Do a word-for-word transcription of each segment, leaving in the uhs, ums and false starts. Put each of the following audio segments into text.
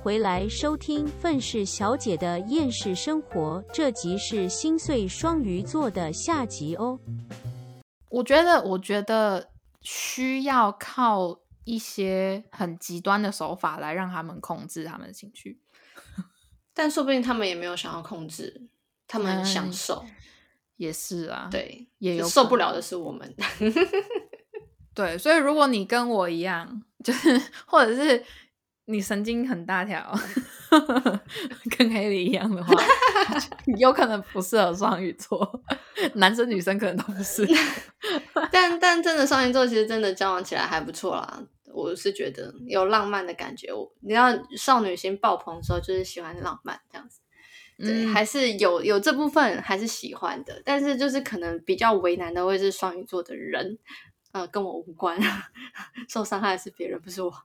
回来收听愤世小姐的厌世生活，这集是心碎双鱼座的下集哦。 我觉得我觉得需要靠一些很极端的手法来让他们控制他们的情绪， 但说不定他们也没有想要控制，他们很享受、嗯、 也是啊， 对， 也有受不了的是我们对，所以如果你跟我一样，就是或者是你神经很大条跟黑莉一样的话有可能不适合双鱼座，男生女生可能都不是但但真的双鱼座其实真的交往起来还不错啦，我是觉得有浪漫的感觉，你要少女心爆棚的时候就是喜欢浪漫这样子，对、嗯、还是有有这部分还是喜欢的，但是就是可能比较为难的会是双鱼座的人，呃，跟我无关受伤害的是别人不是我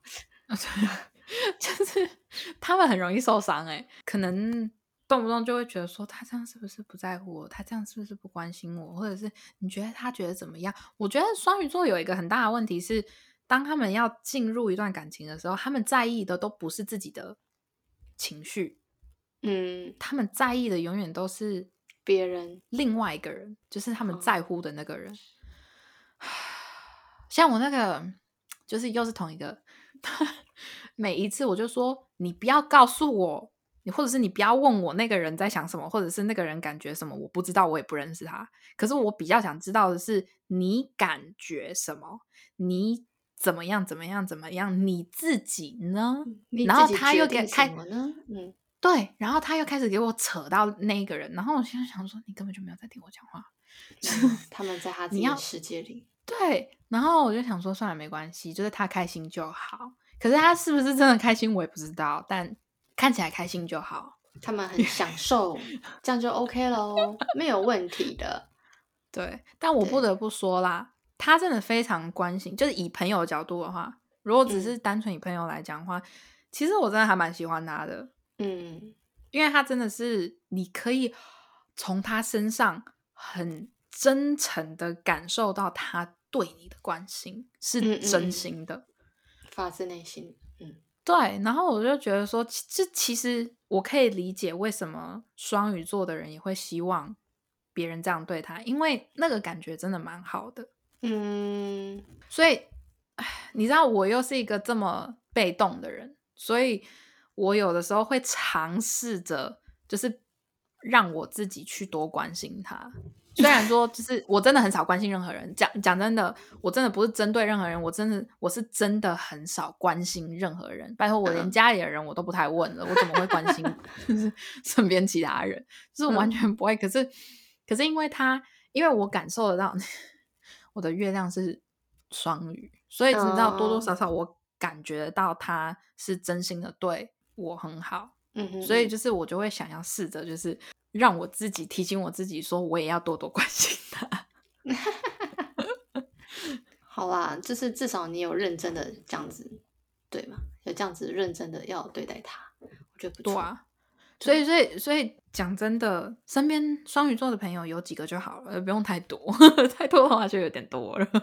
就是他们很容易受伤欸，可能动不动就会觉得说他这样是不是不在乎我，他这样是不是不关心我，或者是你觉得他觉得怎么样。我觉得双鱼座有一个很大的问题是，当他们要进入一段感情的时候，他们在意的都不是自己的情绪， 嗯， 他们在意的永远都是别人， 另外一个人，就是他们在乎的那个人、哦、像我那个就是又是同一个每一次我就说你不要告诉我，你或者是你不要问我那个人在想什么，或者是那个人感觉什么，我不知道，我也不认识他，可是我比较想知道的是你感觉什么，你怎么样怎么样怎么样，你自己呢？ 你然后他又给什么呢？嗯， 对，然后他又开始给我扯到那个人，然后我现在想说你根本就没有在听我讲话、 嗯、他们在他自己的世界里， 对，然后我就想说算了没关系，就是他开心就好，可是他是不是真的开心我也不知道，但看起来开心就好， 他们很享受这样就 OK 咯，没有问题的。 对，但我不得不说啦，他真的非常关心，就是以朋友的角度的话，如果只是单纯以朋友来讲的话、嗯、其实我真的还蛮喜欢他的，嗯，因为他真的是你可以从他身上很真诚的感受到他对你的关心是真心的， 嗯嗯嗯，发自内心，嗯， 对，然后我就觉得说这其实我可以理解为什么双鱼座的人也会希望别人这样对他，因为那个感觉真的蛮好的，嗯，所以你知道我又是一个这么被动的人，所以我有的时候会尝试着就是让我自己去多关心他，虽然说就是我真的很少关心任何人，讲讲真的我真的不是针对任何人，我真的我是真的很少关心任何人，拜托我连家里的人我都不太问了，我怎么会关心就是身边其他人，就是完全不会、嗯、可是可是因为他因为我感受得到我的月亮是双鱼，所以你知道多多少少我感觉得到他是真心的对我很好，嗯哼，所以就是我就会想要试着就是让我自己提醒我自己说我也要多多关心他好啦，就是至少你有认真的这样子对吗？有这样子认真的要对待他，我觉得不错。 对啊，所以所以所以讲真的，身边双鱼座的朋友有几个就好了，不用太多太多的话就有点多了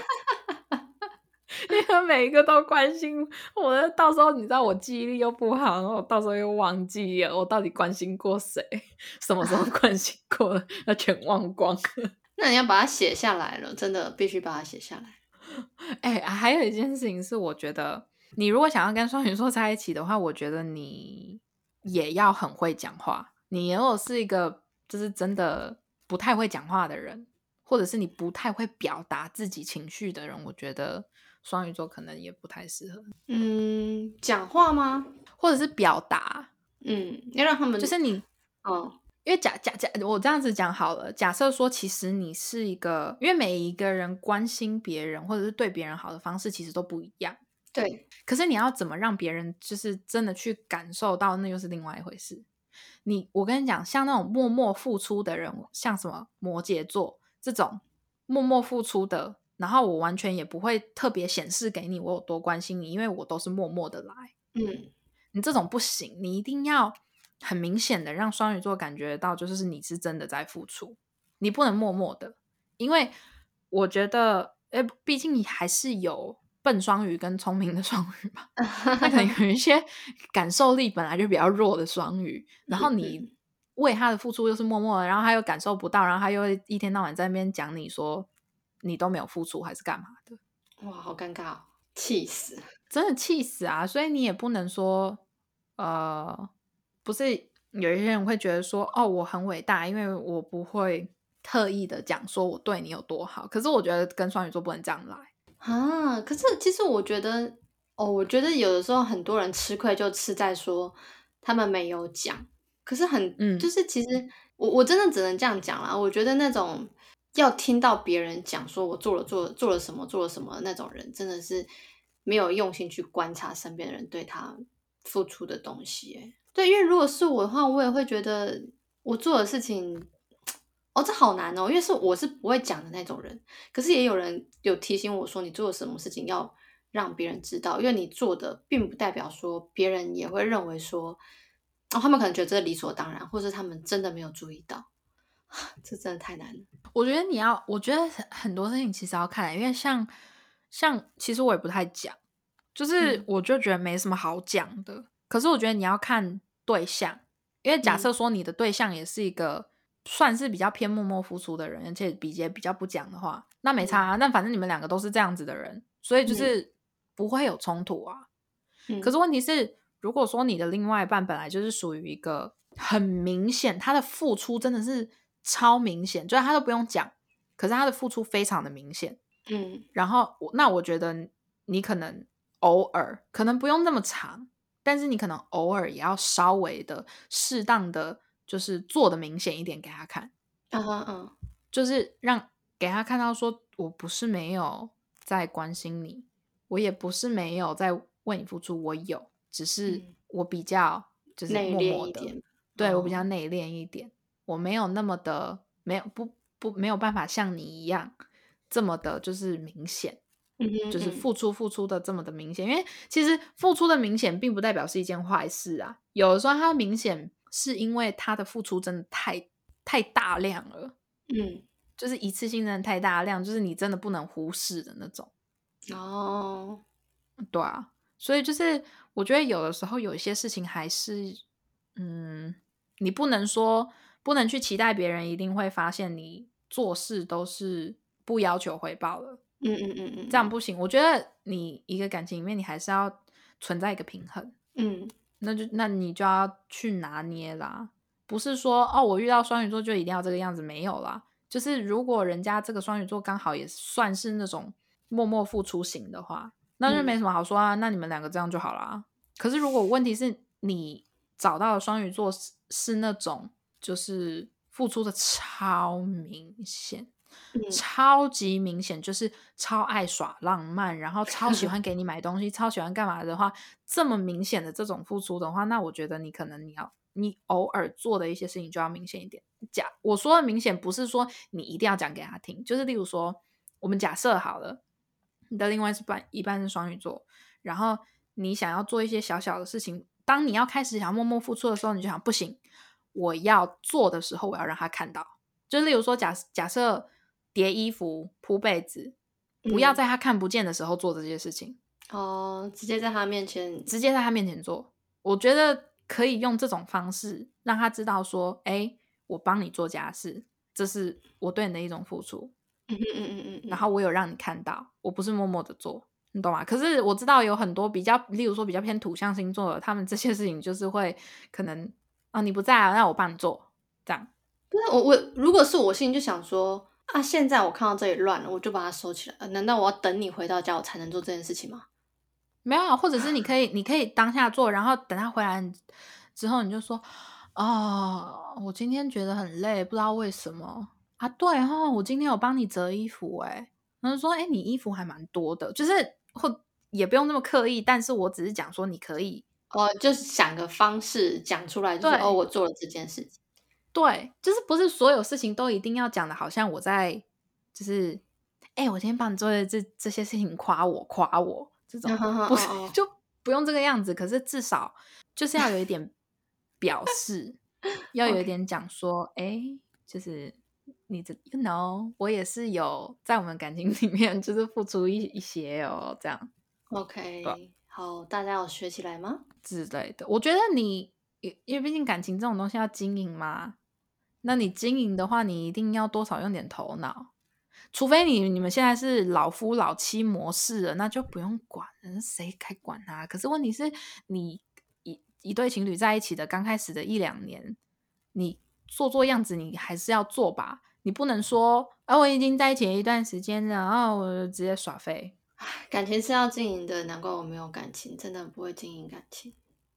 因为每一个都关心我，到时候你知道我记忆力又不好，然后我到时候又忘记了我到底关心过谁，什么时候关心过了要全忘光那你要把它写下来了，真的必须把它写下来。 哎、欸，还有一件事情是我觉得你如果想要跟双鱼座在一起的话，我觉得你也要很会讲话，你如果是一个就是真的不太会讲话的人，或者是你不太会表达自己情绪的人，我觉得双鱼座可能也不太适合。 嗯，讲话吗？ 或者是表达， 嗯，要让他们就是你哦， 因为假假假我这样子讲好了，假设说其实你是一个，因为每一个人关心别人或者是对别人好的方式其实都不一样， 对， 可是你要怎么让别人就是真的去感受到，那又是另外一回事。你我跟你讲，像那种默默付出的人，像什么摩羯座这种默默付出的，然后我完全也不会特别显示给你我有多关心你，因为我都是默默的来，嗯，你这种不行，你一定要很明显的让双鱼座感觉到就是你是真的在付出，你不能默默的，因为我觉得诶毕竟你还是有笨双鱼跟聪明的双鱼吧，那可能有一些感受力本来就比较弱的双鱼，然后你为他的付出又是默默的，然后他又感受不到，然后他又一天到晚在那边讲你说你都没有付出还是干嘛的。 哇，好尴尬哦，气死， 真的气死啊！所以你也不能说呃，不是有一些人会觉得说哦我很伟大，因为我不会特意的讲说我对你有多好，可是我觉得跟双鱼座不能这样来啊！可是其实我觉得哦，我觉得有的时候很多人吃亏就吃在说他们没有讲，可是很、嗯、就是其实我我真的只能这样讲啦。我觉得那种要听到别人讲说我做了做做了什么做了什么的那种人，真的是没有用心去观察身边的人对他付出的东西。欸，对，因为如果是我的话，我也会觉得我做的事情。哦，这好难哦，因为是我是不会讲的那种人，可是也有人有提醒我说，你做了什么事情要让别人知道，因为你做的并不代表说别人也会认为说，哦，他们可能觉得这理所当然，或是他们真的没有注意到，这真的太难了。 我觉得你要，我觉得很多事情其实要看，因为像像其实我也不太讲，就是我就觉得没什么好讲的，嗯、可是我觉得你要看对象，因为假设说你的对象也是一个。算是比较偏默默付出的人，而且比也比较不讲的话，那没差啊。那、嗯、反正你们两个都是这样子的人，所以就是不会有冲突啊。嗯、可是问题是，如果说你的另外一半本来就是属于一个很明显，他的付出真的是超明显，就是他都不用讲，可是他的付出非常的明显。嗯，然后那我觉得你可能偶尔可能不用那么长，但是你可能偶尔也要稍微的适当的。就是做的明显一点给他看，嗯嗯嗯，就是让给他看到说我不是没有在关心你，我也不是没有在为你付出，我有，只是我比较就是默默的，嗯、对、哦、我比较内敛一点，我没有那么的没有不不没有办法像你一样这么的就是明显。嗯嗯就是付出付出的这么的明显，因为其实付出的明显并不代表是一件坏事啊，有的时候他明显是因为他的付出真的太太大量了，嗯，就是一次性真的太大量，就是你真的不能忽视的那种。哦，对啊，所以就是我觉得有的时候有一些事情还是，嗯，你不能说不能去期待别人一定会发现你做事都是不要求回报的。嗯嗯嗯嗯，这样不行。我觉得你一个感情里面，你还是要存在一个平衡。嗯，那就那你就要去拿捏啦，不是说哦，我遇到双鱼座就一定要这个样子，没有啦。就是如果人家这个双鱼座刚好也算是那种默默付出型的话，那就没什么好说啊。嗯、那你们两个这样就好啦。可是如果问题是你找到的双鱼座是是那种就是付出的超明显。嗯、超级明显，就是超爱耍浪漫，然后超喜欢给你买东西超喜欢干嘛的话，这么明显的这种付出的话，那我觉得你可能你要你偶尔做的一些事情就要明显一点。假我说的明显不是说你一定要讲给他听，就是例如说我们假设好了你的另外一半一半是双鱼座，然后你想要做一些小小的事情，当你要开始想要默默付出的时候，你就想不行，我要做的时候我要让他看到，就例如说假假设叠衣服铺被子，不要在他看不见的时候做这些事情。 嗯、哦，直接在他面前直接在他面前做，我觉得可以用这种方式让他知道说，哎，我帮你做家事，这是我对你的一种付出。嗯嗯嗯嗯，然后我有让你看到，我不是默默的做，你懂吗？可是我知道有很多比较例如说比较偏土象星座的，他们这些事情就是会可能啊你不在啊，那我帮你做这样。 不是我我如果是我心里就想说啊，现在我看到这里乱了，我就把它收起来、呃、难道我要等你回到家我才能做这件事情吗？ 没有啊，或者是你可以你可以当下做，然后等他回来之后你就说哦，我今天觉得很累，不知道为什么啊。对哦，我今天有帮你折衣服耶，然后说哎，你衣服还蛮多的，就是或也不用那么刻意，但是我只是讲说你可以哦，就是想个方式讲出来，就是哦我做了这件事情。 对，就是不是所有事情都一定要讲的好像我在就是哎、欸，我今天帮你做的这这些事情夸我夸我这种不是就不用这个样子，可是至少就是要有一点表示要有一点讲说哎、欸，就是你的 you know 我也是有在我们感情里面就是付出一一些哦，这样 OK 好，大家有学起来吗之类的。我觉得你因为毕竟感情这种东西要经营嘛，那你经营的话你一定要多少用点头脑，除非你你们现在是老夫老妻模式了，那就不用管了，谁该管啊？可是问题是你一一对情侣在一起的刚开始的一两年，你做做样子你还是要做吧，你不能说啊我已经在一起一段时间了，然后我就直接耍废。 感情是要经营的，难怪我没有感情，真的不会经营感情。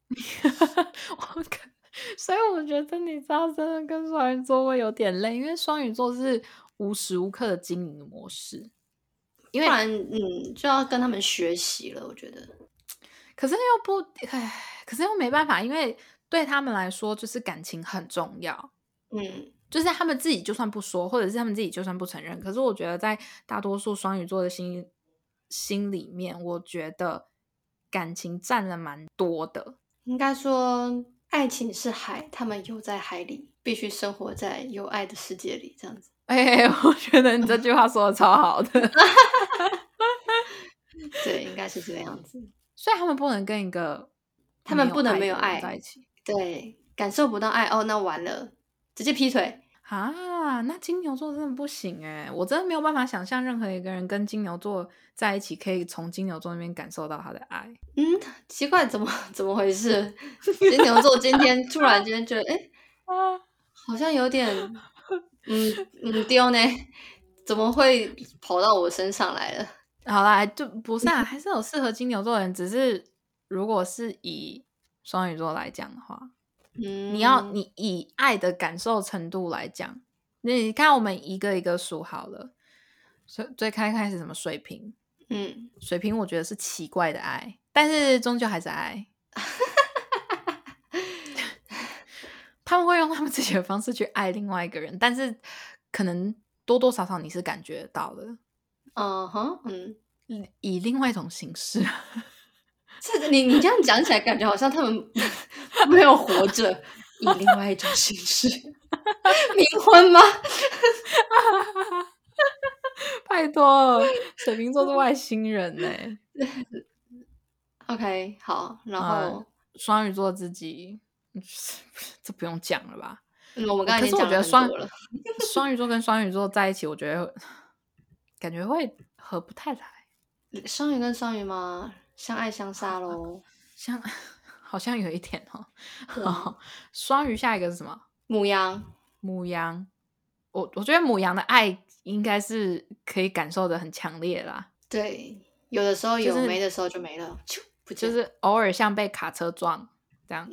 所以我觉得你知道真的跟双鱼座会有点累，因为双鱼座是无时无刻的经营的模式， 因为不然嗯就要跟他们学习了，我觉得。 可是又不唉可是又没办法，因为对他们来说就是感情很重要，嗯，就是他们自己就算不说，或者是他们自己就算不承认，可是我觉得在大多数双鱼座的心心里面，我觉得感情占了蛮多的。 应该说爱情是海，他们游在海里，必须生活在有爱的世界里，这样子。 哎、欸，我觉得你这句话说的超好的。 对，应该是这个样子。 所以他们不能跟一个他们不能没有爱在一起， 对，感受不到爱哦，那完了，直接劈腿啊！那金牛座真的不行哎，我真的没有办法想象任何一个人跟金牛座在一起，可以从金牛座那边感受到他的爱。 嗯，奇怪，怎么怎么回事？金牛座今天突然间觉得，哎、欸，好像有点，嗯嗯丢呢，怎么会跑到我身上来了？ 好啦，就不是啊，还是有适合金牛座的人，只是如果是以双鱼座来讲的话。嗯、你要你以爱的感受程度来讲，你看我们一个一个数好了，最最开开始什么水瓶，嗯，水瓶我觉得是奇怪的爱，但是终究还是爱。他们会用他们自己的方式去爱另外一个人，但是可能多多少少你是感觉到的，嗯哼，嗯，以另外一种形式。 是你你这样讲起来，感觉好像他们没有活着，以另外一种形式冥婚吗？ 拜托，水瓶座是外星人呢、欸。 OK， 好，然后双、嗯、鱼座自己，这不用讲了吧？ 嗯，我们刚才已经讲了很多了。 双鱼座跟双鱼座在一起，我觉得感觉会合不太来。 双鱼跟双鱼吗？相爱相杀咯， 相好像有一点哦。好，双鱼下一个是什么？ 牡羊。 牡羊，我我觉得牡羊的爱应该是可以感受的很强烈啦。 对，有的时候有， 就是、 没的时候就没了， 不就是偶尔像被卡车撞这样。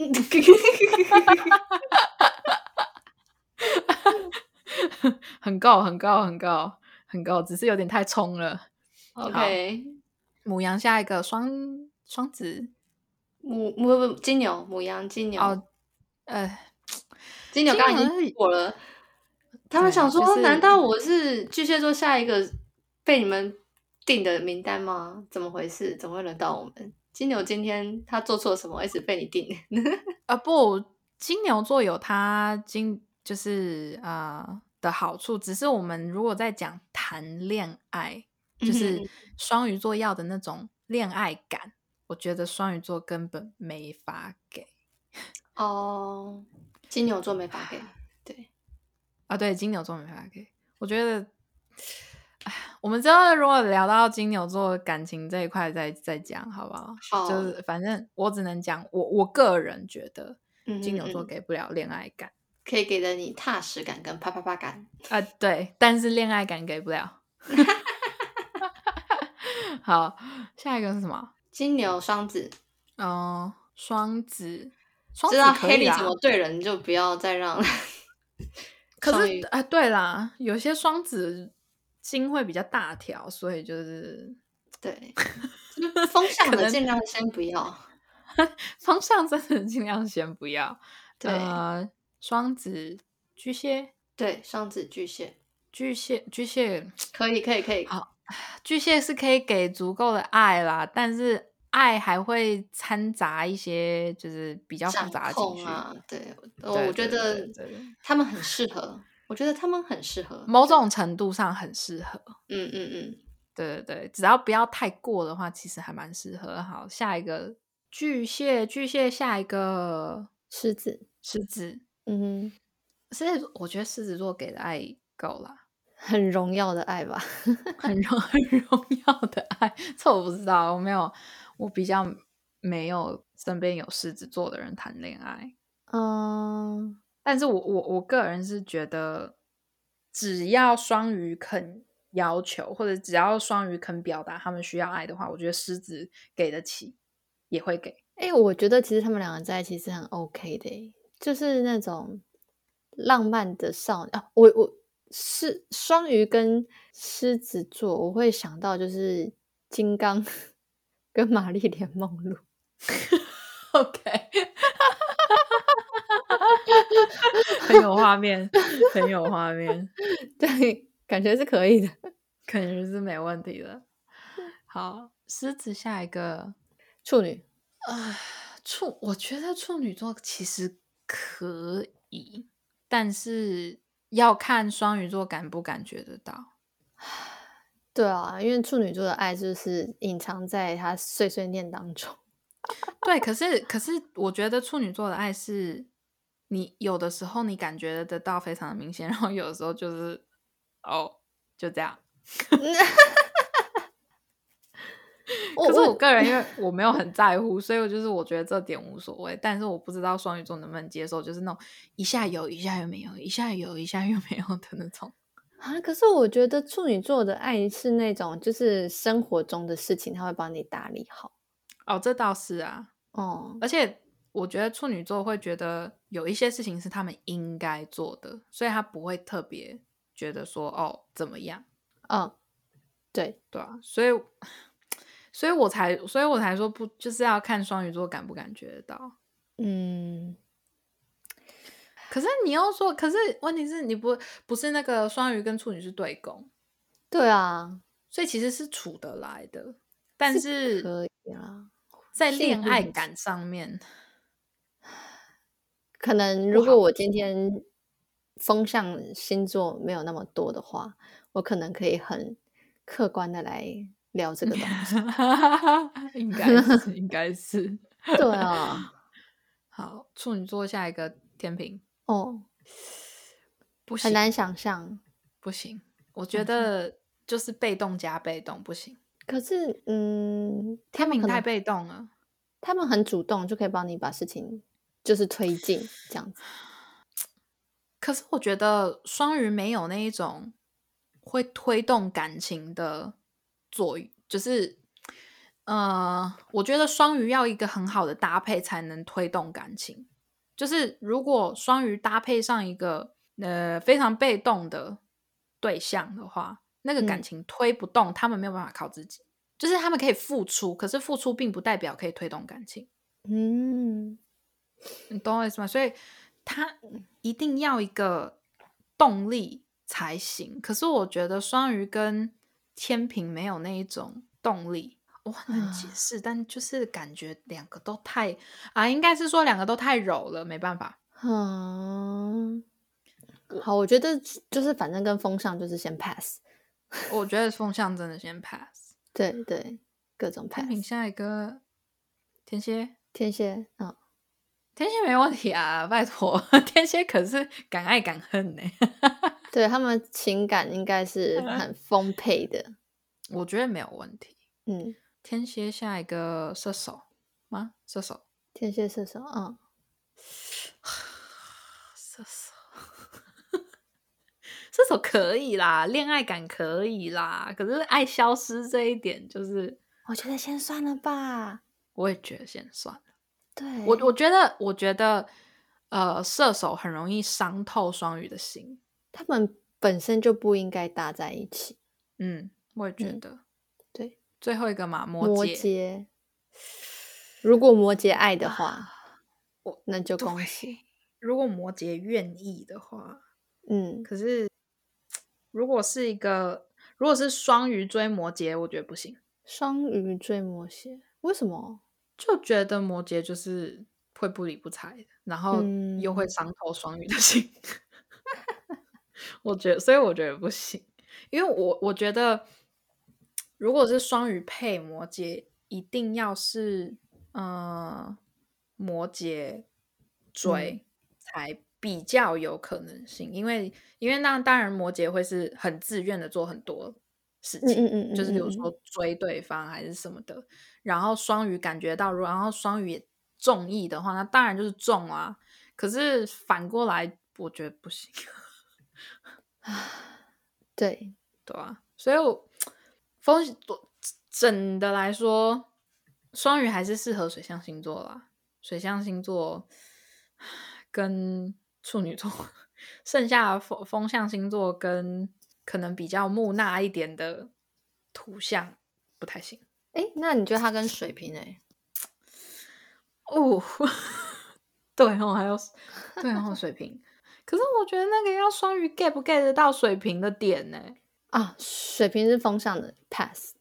很高很高很高很高，只是有点太冲了。 OK， 牡羊下一个双双子， 母母金牛，牡羊金牛。哦， 呃， 金牛刚刚已经过了。他们想说、就是，难道我是巨蟹座下一个被你们定的名单吗？怎么回事？怎么会轮到我们？金牛今天他做错什么，一直被你定？ 啊不，金牛座有他金就是啊、呃、的好处，只是我们如果在讲谈恋爱，就是双鱼座要的那种恋爱感，我觉得双鱼座根本没法给。 哦，金牛座没法给，对啊，对，金牛座没法给。我觉得，哎，我们之后如果聊到金牛座感情这一块再再讲，好不好？ 好， 就是反正我只能讲，我我个人觉得金牛座给不了恋爱感。 嗯嗯，可以给的你踏实感跟啪啪啪感啊、呃，对，但是恋爱感给不了。好，下一个是什么？ 金牛、双子。 哦、呃，双子，双子知道黑里怎么对人，就不要再让。 可是啊、呃，对啦，有些双子心会比较大条，所以就是对风向的尽量先不要， 风向真的尽量先不要。对。呃双子、巨蟹， 对，双子、巨蟹、 巨蟹、巨蟹可以，可以，可以。 好，巨蟹是可以给足够的爱啦，但是爱还会掺杂一些就是比较复杂的情绪啊。对，我觉得他们很适合， 我觉得他们很适合， 某种程度上很适合。 嗯嗯嗯， 对对对，只要不要太过的话，其实还蛮适合。好，下一个巨蟹，巨蟹下一个狮子， 狮子， 嗯哼， 狮子，我觉得狮子座给的爱够啦， 很荣耀的爱吧， 很荣很荣耀的爱。这我不知道，我没有，我比较没有身边有狮子座的人谈恋爱。 嗯， 但是我我我个人是觉得，只要双鱼肯要求，或者只要双鱼肯表达他们需要爱的话，我觉得狮子给得起，也会给。 哎、欸，我觉得其实他们两个在一起是很 OK 的、欸，就是那种浪漫的少女啊。我我是双鱼跟狮子座，我会想到就是金刚跟玛丽莲梦露。 OK 很有画面，很有画面， 对，感觉是可以的， 肯定是没问题的。好，狮子下一个处女。 啊，处，我觉得处女座其实可以，但是要看双鱼座感不感觉得到。 对啊，因为处女座的爱就是隐藏在他碎碎念当中。 对，可是可是我觉得处女座的爱是，你有的时候你感觉得到非常的明显，然后有的时候就是哦就这样。可是我个人因为我没有很在乎，所以我就是我觉得这点无所谓。但是我不知道双鱼座能不能接受，就是那种一下有一下又没有，一下有一下又没有的那种。 啊，可是我觉得处女座的爱是那种，就是生活中的事情他会帮你打理好。 哦，这倒是啊。 哦， 而且我觉得处女座会觉得有一些事情是他们应该做的，所以他不会特别觉得说哦怎么样。 嗯，对对啊，所以所以我才所以我才说不就是要看双鱼座感不感觉得到。 嗯， 可是你要说，可是问题是你不不是那个双鱼跟处女是对宫， 对啊， 所以其实是处得来的，但是可以啊， 在恋爱幸福很感上面， 可能如果我今天风象星座没有那么多的话，我可能可以很客观的来聊这个东西。 应该是应该是。 对啊， 好，处女座下一个天平， 哦， 不行很难想象， 不行，我觉得就是被动加被动不行， 可是嗯，他天们可能平太被动了。 他们很主动，就可以帮你把事情就是推进这样子。 可是我觉得双鱼没有那一种会推动感情的作用，就是呃，我觉得双鱼要一个很好的搭配才能推动感情。就是如果双鱼搭配上一个呃非常被动的对象的话，那个感嗯情推不动，他们没有办法靠自己。就是他们可以付出，可是付出并不代表可以推动感情。 嗯， 你懂我意思吗？所以他一定要一个动力才行。可是我觉得双鱼跟天平没有那一种动力，我很难解释，但就是感觉两个都太啊，应该是说两个都太柔了，没办法。 嗯，好，我觉得就是反正跟风象就是先 pass。 我觉得风象真的先 pass。 对对，各种 pass。 天平下一个天蝎， 天蝎，嗯， 天蝎没问题啊，拜托，天蝎可是敢爱敢恨呢、 对他们情感应该是很丰沛的。 我觉得没有问题。 嗯， 天蝎下一个射手吗？射手， 天蝎射手，嗯， 射手，射手可以啦，恋爱感可以啦，可是爱消失这一点，就是我觉得先算了吧。 我也觉得先算了。 对， 我我觉得，我觉得，呃，射手很容易伤透双鱼的心。 他们本身就不应该搭在一起。 嗯，我也觉得。 嗯、对， 最后一个嘛，摩羯。 摩羯，如果摩羯爱的话， 我那就恭喜。 如果摩羯愿意的话， 嗯， 可是如果是一个，如果是双鱼追摩羯，我觉得不行。 双鱼追摩羯，为什么？ 就觉得摩羯就是会不理不睬的，然后又会伤透双鱼的心。 我觉得，所以我觉得不行，因为我我觉得，如果是双鱼配摩羯，一定要是呃摩羯追、嗯、才比较有可能性，因为因为那当然摩羯会是很自愿的做很多事情，嗯嗯嗯嗯嗯就是比如说追对方还是什么的，然后双鱼感觉到，然后双鱼也中意的话，那当然就是中啊。可是反过来，我觉得不行。 对对啊，所以我风整的来说，双鱼还是适合水象星座啦。水象星座跟处女座，剩下的风风象星座跟可能比较木讷一点的土象不太行。 哎，那你觉得他跟水瓶哎？ 哦，对哦，还有对哦，水瓶。可是我觉得那个要双鱼 get 不 get 得到水瓶的点呢？ 啊，水瓶是风象的 pass。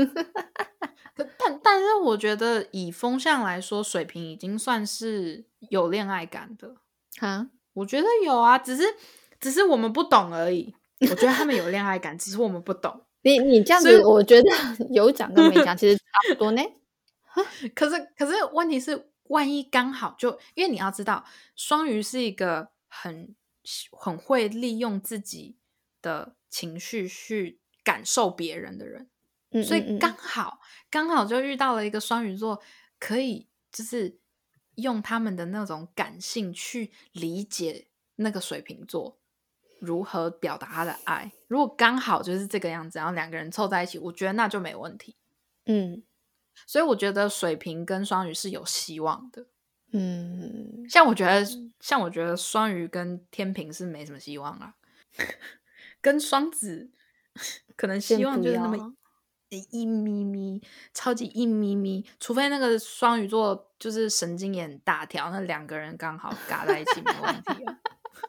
但但是我觉得以风象来说，水瓶已经算是有恋爱感的哈， 我觉得有啊，只是只是我们不懂而已。我觉得他们有恋爱感，只是我们不懂。 你你这样子，我觉得有讲跟没讲其实差不多呢。 可是可是问题是，万一刚好就因为你要知道，双鱼是一个很很会利用自己的情绪去感受别人的人。嗯嗯嗯所以刚好刚好就遇到了一个双鱼座，可以就是用他们的那种感性去理解那个水瓶座如何表达他的爱。如果刚好就是这个样子，然后两个人凑在一起，我觉得那就没问题。嗯，所以我觉得水瓶跟双鱼是有希望的。嗯，像我觉得像我觉得双鱼跟天秤是没什么希望啊，跟双子可能希望就是那么一咪咪，超级一咪咪，除非那个双鱼座就是神经也很大条，那两个人刚好嘎在一起没问题啊。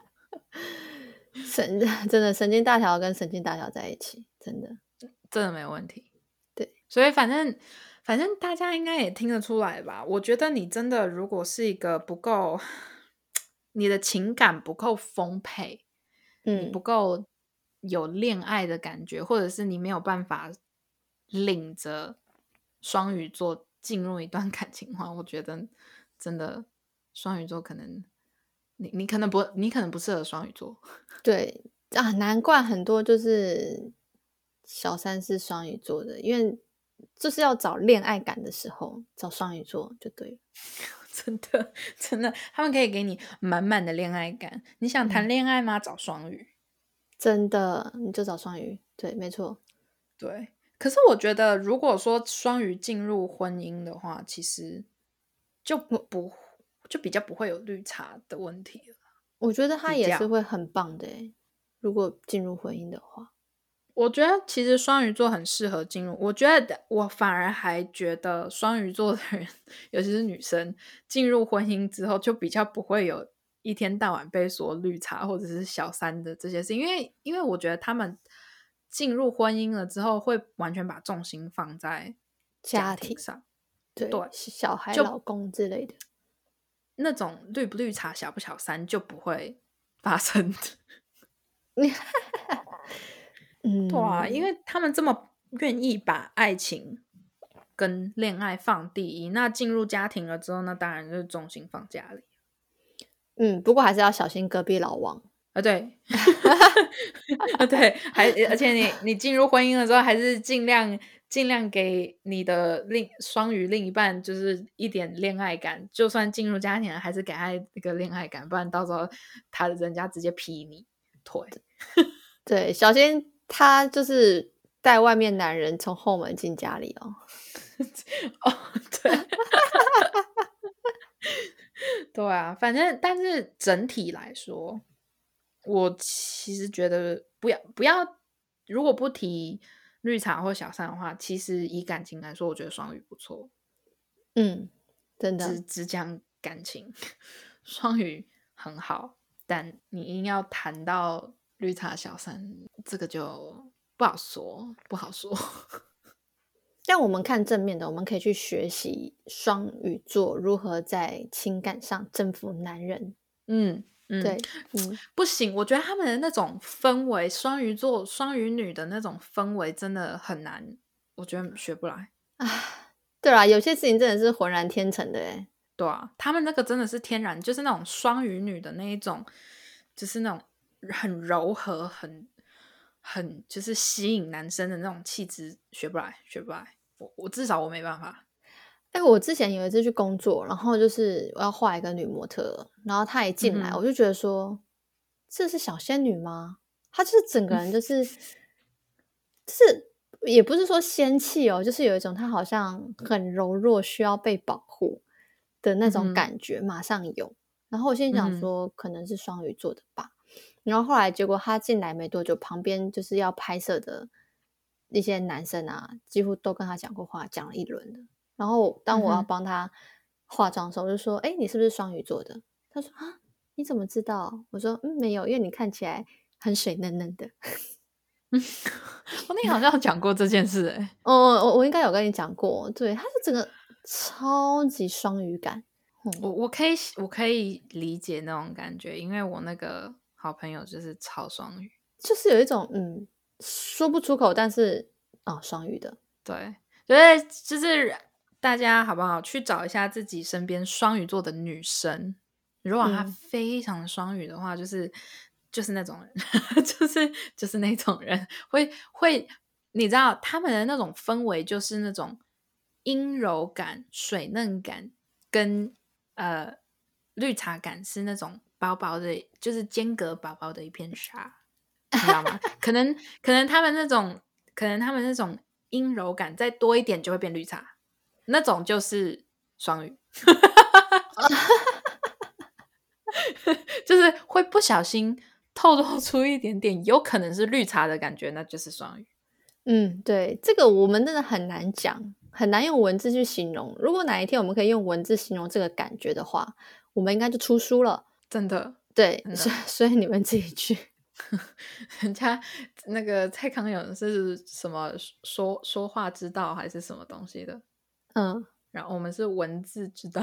神真的神经大条跟神经大条在一起，真的真的没问题。 对， 所以反正反正大家应该也听得出来吧？我觉得你真的如果是一个不够，你的情感不够丰沛，嗯、你不够有恋爱的感觉，或者是你没有办法领着双鱼座进入一段感情的话，我觉得真的双鱼座可能你你可能不你可能不适合双鱼座。 对啊，难怪很多就是小三是双鱼座的，因为就是要找恋爱感的时候找双鱼座就对了。 真的真的，他们可以给你满满的恋爱感。你想谈恋爱吗？嗯、找双鱼。 真的，你就找双鱼。对，没错。 对，可是我觉得，如果说双鱼进入婚姻的话，其实就不不就比较不会有绿茶的问题了。 我觉得他也是会很棒的耶，如果进入婚姻的话。 我觉得其实双鱼座很适合进入，我觉得我反而还觉得双鱼座的人，尤其是女生，进入婚姻之后就比较不会有一天到晚被说绿茶或者是小三的这些事，因为因为我觉得他们进入婚姻了之后，会完全把重心放在家庭上， 对对，小孩、老公之类的， 那种绿不绿茶、小不小三就不会发生的。嗯，对啊，因为他们这么愿意把爱情跟恋爱放第一，那进入家庭了之后，那当然就是重心放家里。 嗯，不过还是要小心隔壁老王啊，对，对，还而且你你进入婚姻了之后，还是尽量尽量给你的另双鱼另一半就是一点恋爱感，就算进入家庭了，还是给他一个恋爱感，不然到时候他人家直接劈你腿。 对，小心。他就是带外面男人从后门进家里哦。 哦，对，对啊，反正但是整体来说，我其实觉得不要不要，如果不提绿茶或小三的话，其实以感情来说，我觉得双鱼不错。 嗯，真的， 只只讲感情，双鱼很好，但你硬要谈到绿茶小三，这个就不好说，不好说。 但我们看正面的，我们可以去学习双鱼座如何在情感上征服男人。 嗯嗯， 对，嗯， 不行，我觉得他们的那种氛围，双鱼座、双鱼女的那种氛围真的很难，我觉得学不来。 啊，对啦，有些事情真的是浑然天成的哎。 对啊，他们那个真的是天然，就是那种双鱼女的那一种，就是那种很柔和、很很就是吸引男生的那种气质，学不来，学不来。我我至少我没办法。 哎、我之前有一次去工作，然后就是我要画一个女模特，然后她一进来， 嗯、 我就觉得说，这是小仙女吗？她就是整个人就是，就是也不是说仙气哦，就是有一种她好像很柔弱，需要被保护的那种感觉，马上有。然后我心里想说，可能是双鱼座的吧。然后后来结果她进来没多久，旁边就是要拍摄的一些男生啊，几乎都跟她讲过话，讲了一轮的。然后当我要帮他化妆的时候，我就说：“哎、欸，你是不是双鱼座的？”他说：“啊，你怎么知道？”我说：“嗯，没有，因为你看起来很水嫩嫩的。” 我那天好像有讲过这件事哎、欸。 哦，我我应该有跟你讲过，对，他是整个超级双鱼感。 嗯、我我可以我可以理解那种感觉，因为我那个好朋友就是超双鱼， 就是有一种嗯说不出口，但是哦双鱼的， 对，就是就是。大家好不好？去找一下自己身边双鱼座的女生，如果她非常双鱼的话，嗯、就是就是那种人，就是就是那种人，会会，你知道他们的那种氛围，就是那种阴柔感、水嫩感，跟呃绿茶感是那种薄薄的，就是间隔薄薄的一片纱，你知道吗？可能可能他们那种，可能他们那种阴柔感再多一点，就会变绿茶。那种就是双鱼就是会不小心透露出一点点有可能是绿茶的感觉，那就是双鱼。 嗯，对，这个我们真的很难讲，很难用文字去形容。如果哪一天我们可以用文字形容这个感觉的话，我们应该就出书了。 真的， 对，所以所以你们自己去。 人家那个蔡康永是什么说说话之道还是什么东西的？ 嗯， 然后我们是文字之道。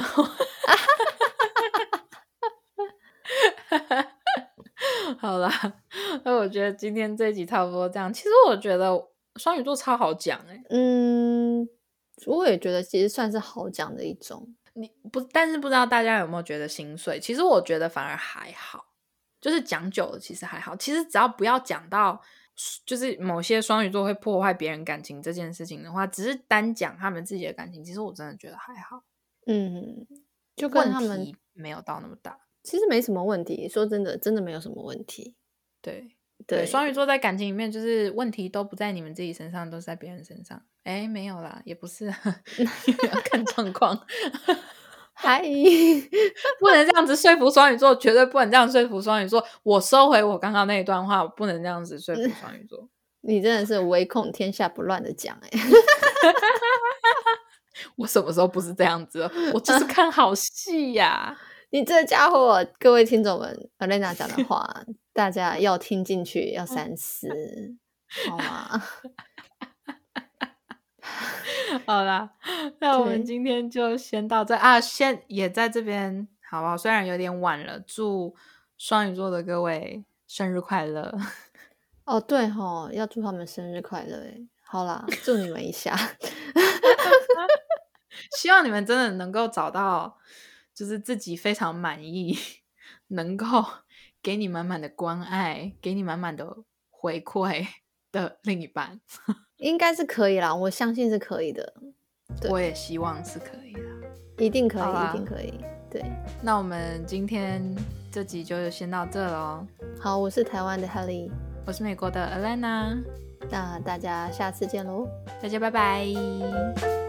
好啦，那我觉得今天这一集差不多这样。其实我觉得双鱼座超好讲哎、欸， 嗯，我也觉得其实算是好讲的一种。 你不，但是不知道大家有没有觉得心碎？其实我觉得反而还好，就是讲久了其实还好。其实只要不要讲到就是某些双鱼座会破坏别人感情这件事情的话，只是单讲他们自己的感情，其实我真的觉得还好。 嗯，就跟他们问题没有到那么大， 其实没什么问题。说真的，真的没有什么问题。 对对， 双鱼座在感情里面就是问题都不在你们自己身上，都是在别人身上。哎，没有啦，也不是，要看状况。 嗨， 不能这样子说服双鱼座，绝对不能这样说服双鱼座。我收回我刚刚那一段话，我不能这样子说服双鱼座。 你真的是唯恐天下不乱的讲哎、欸。 我什么时候不是这样子？我就是看好戏呀、啊！ 你这家伙，各位听众们 ，Elena 讲的话，大家要听进去，要三思，好吗？ 好啦，那我们今天就先到这啊，先也在这边，好不好？虽然有点晚了，祝双鱼座的各位生日快乐！ 哦，对齁，要祝他们生日快乐诶！好啦，祝你们一下。 希望你们真的能够找到，就是自己非常满意，能够给你满满的关爱，给你满满的回馈的另一半。 应该是可以啦，我相信是可以的。 我也希望是可以的， 一定可以，一定可以。对， 那我们今天这集就先到这咯。 好，我是台湾的 Helly， 我是美国的 Elena， 那大家下次见咯， 大家拜拜。